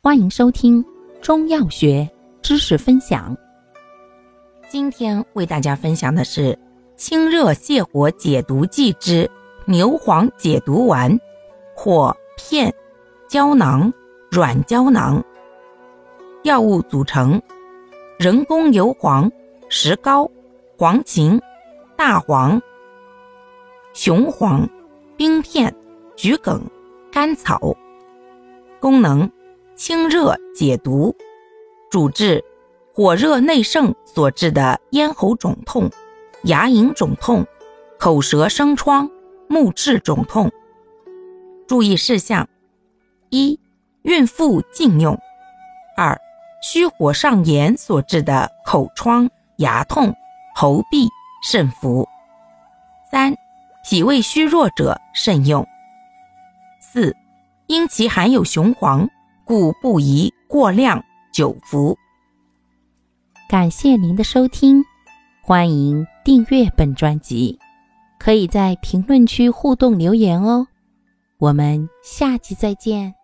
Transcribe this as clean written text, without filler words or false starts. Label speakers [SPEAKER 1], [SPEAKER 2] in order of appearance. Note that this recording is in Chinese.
[SPEAKER 1] 欢迎收听中药学知识分享。今天为大家分享的是清热泻火解毒剂之牛黄解毒丸或片、胶囊、软胶囊。药物组成：人工油黄、石膏、黄芩、大黄、雄黄、冰片、桔梗、甘草。功能：清热解毒，主治火热内盛所致的咽喉肿痛、牙龈肿痛、口舌生疮、目赤肿痛。注意事项：一、孕妇禁用；二、虚火上炎所致的口疮、牙痛、喉痹慎服；三、脾胃虚弱者慎用；四、因其含有雄黄，故不宜过量久服。感谢您的收听，欢迎订阅本专辑，可以在评论区互动留言哦。我们下期再见。